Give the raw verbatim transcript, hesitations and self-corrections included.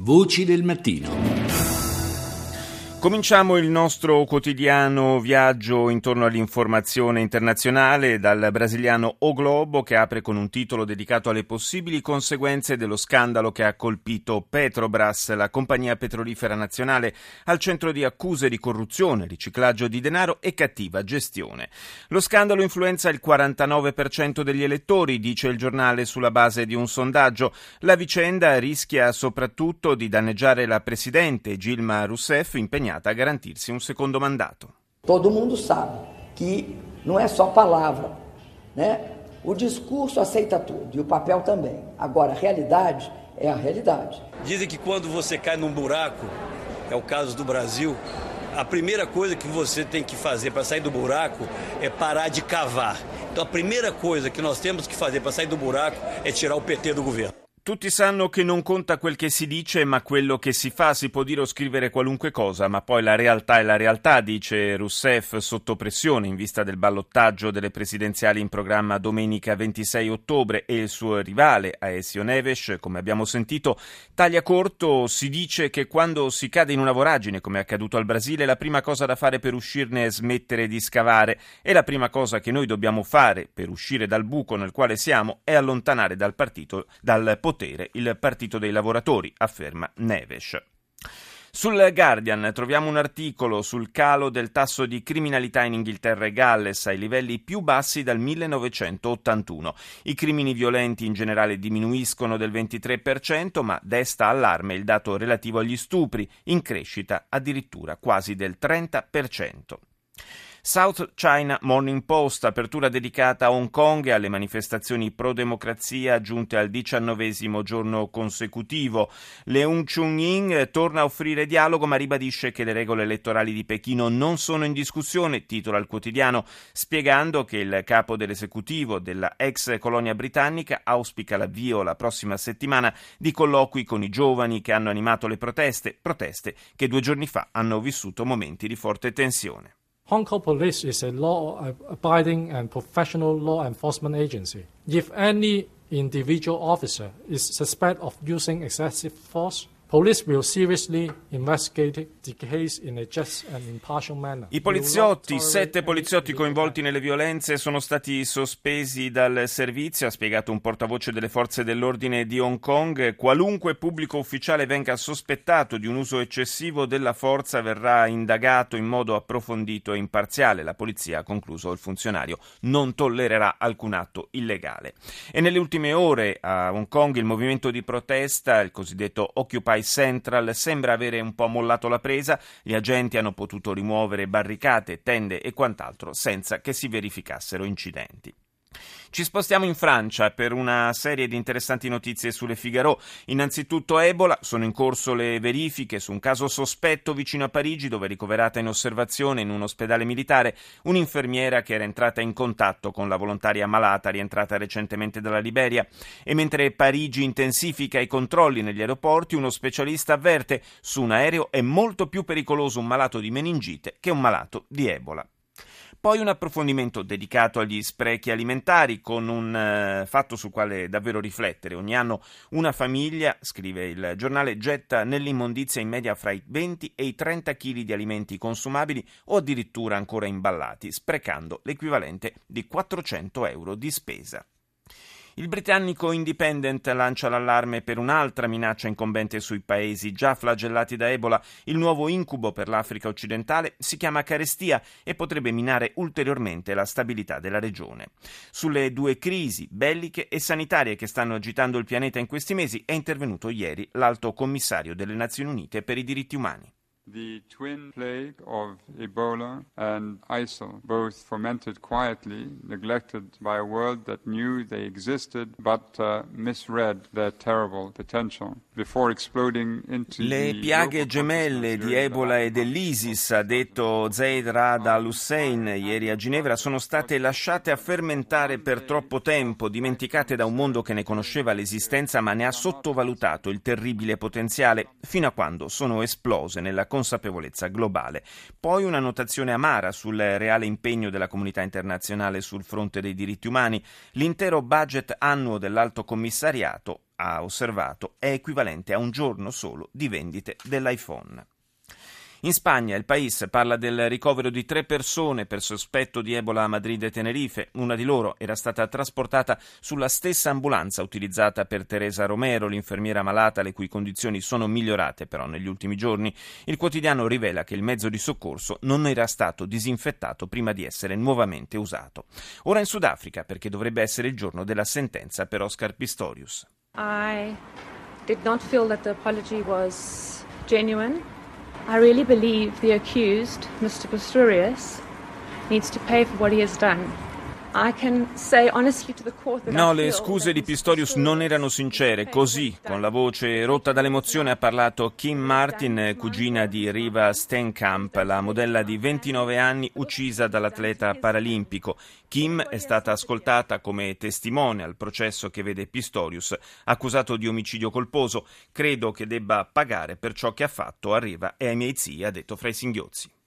Voci del mattino. Cominciamo il nostro quotidiano viaggio intorno all'informazione internazionale dal brasiliano O Globo, che apre con un titolo dedicato alle possibili conseguenze dello scandalo che ha colpito Petrobras, la compagnia petrolifera nazionale, al centro di accuse di corruzione, riciclaggio di denaro e cattiva gestione. Lo scandalo influenza il quarantanove per cento degli elettori, dice il giornale sulla base di un sondaggio. La vicenda rischia soprattutto di danneggiare la presidente Dilma Rousseff, impegnata a garantirsi un secondo mandato. Todo mundo sabe que não é só palavra, né? O discurso aceita tudo e o papel também. Agora, a realidade é a realidade. Dizem que quando você cai num buraco, é o caso do Brasil, a primeira coisa que você tem que fazer para sair do buraco é parar de cavar. Então a primeira coisa que nós temos que fazer para sair do buraco é tirar o P T do governo. Tutti sanno che non conta quel che si dice, ma quello che si fa. Si può dire o scrivere qualunque cosa, ma poi la realtà è la realtà, dice Rousseff sotto pressione in vista del ballottaggio delle presidenziali in programma domenica ventisei ottobre, e il suo rivale Aécio Neves, come abbiamo sentito, taglia corto. Si dice che quando si cade in una voragine, come è accaduto al Brasile, la prima cosa da fare per uscirne è smettere di scavare, e la prima cosa che noi dobbiamo fare per uscire dal buco nel quale siamo è allontanare dal partito, dal potere il Partito dei Lavoratori, afferma Neves. Sul Guardian troviamo un articolo sul calo del tasso di criminalità in Inghilterra e Galles ai livelli più bassi dal millenovecentottantuno. I crimini violenti in generale diminuiscono del ventitré per cento, ma desta allarme il dato relativo agli stupri, in crescita addirittura quasi del trenta per cento. South China Morning Post, apertura dedicata a Hong Kong e alle manifestazioni pro-democrazia giunte al diciannovesimo giorno consecutivo. Leung Chun-ying torna a offrire dialogo, ma ribadisce che le regole elettorali di Pechino non sono in discussione, titola il quotidiano, spiegando che il capo dell'esecutivo della ex colonia britannica auspica l'avvio la prossima settimana di colloqui con i giovani che hanno animato le proteste, proteste che due giorni fa hanno vissuto momenti di forte tensione. Hong Kong Police is a law-abiding and professional law enforcement agency. If any individual officer is suspected of using excessive force, police will seriously investigate the case in a just and impartial manner. I poliziotti, sette poliziotti coinvolti nelle violenze sono stati sospesi dal servizio, ha spiegato un portavoce delle forze dell'ordine di Hong Kong. Qualunque pubblico ufficiale venga sospettato di un uso eccessivo della forza verrà indagato in modo approfondito e imparziale. La polizia, ha concluso il funzionario, non tollererà alcun atto illegale. E nelle ultime ore a Hong Kong il movimento di protesta, il cosiddetto Occupy Central, sembra avere un po' mollato la presa. Gli agenti hanno potuto rimuovere barricate, tende e quant'altro senza che si verificassero incidenti. Ci spostiamo in Francia per una serie di interessanti notizie sulle Figaro. Innanzitutto Ebola, sono in corso le verifiche su un caso sospetto vicino a Parigi, dove è ricoverata in osservazione in un ospedale militare un'infermiera che era entrata in contatto con la volontaria malata rientrata recentemente dalla Liberia. E mentre Parigi intensifica i controlli negli aeroporti, uno specialista avverte: su un aereo è molto più pericoloso un malato di meningite che un malato di Ebola. Poi un approfondimento dedicato agli sprechi alimentari, con un uh, fatto sul quale davvero riflettere. Ogni anno una famiglia, scrive il giornale, getta nell'immondizia in media fra i venti e i trenta chili di alimenti consumabili o addirittura ancora imballati, sprecando l'equivalente di quattrocento euro di spesa. Il britannico Independent lancia l'allarme per un'altra minaccia incombente sui paesi già flagellati da Ebola. Il nuovo incubo per l'Africa occidentale si chiama carestia e potrebbe minare ulteriormente la stabilità della regione. Sulle due crisi belliche e sanitarie che stanno agitando il pianeta in questi mesi è intervenuto ieri l'Alto Commissario delle Nazioni Unite per i diritti umani. The twin plague of Ebola and I S I L, both fomented quietly, neglected by a world that knew they existed but uh, misread their terrible potential before exploding into Le the piaghe gemelle di Ebola e dell'ISIS, ha detto Zeid Ra'ad al-Hussein ieri a Ginevra, sono state lasciate a fermentare per troppo tempo, dimenticate da un mondo che ne conosceva l'esistenza ma ne ha sottovalutato il terribile potenziale, fino a quando sono esplose nella consapevolezza globale. Poi una notazione amara sul reale impegno della comunità internazionale sul fronte dei diritti umani. L'intero budget annuo dell'Alto Commissariato ha osservato, è equivalente a un giorno solo di vendite dell'iPhone. In Spagna il País parla del ricovero di tre persone per sospetto di Ebola a Madrid e Tenerife. Una di loro era stata trasportata sulla stessa ambulanza utilizzata per Teresa Romero, l'infermiera malata le cui condizioni sono migliorate però negli ultimi giorni. Il quotidiano rivela che il mezzo di soccorso non era stato disinfettato prima di essere nuovamente usato. Ora in Sudafrica, perché dovrebbe essere il giorno della sentenza per Oscar Pistorius. I did not feel that the apology was genuine. I really believe the accused, Mister Pistorius, needs to pay for what he has done. I can say honestly to the court that No, I le feel scuse that di Pistorius non erano sincere. Così, con la voce rotta dall'emozione, ha parlato Kim Martin, cugina di Riva Steenkamp, la modella di ventinove anni uccisa dall'atleta paralimpico. Kim è stata ascoltata come testimone al processo che vede Pistorius accusato di omicidio colposo. Credo che debba pagare per ciò che ha fatto a Riva e ai miei zii, ha detto fra i singhiozzi.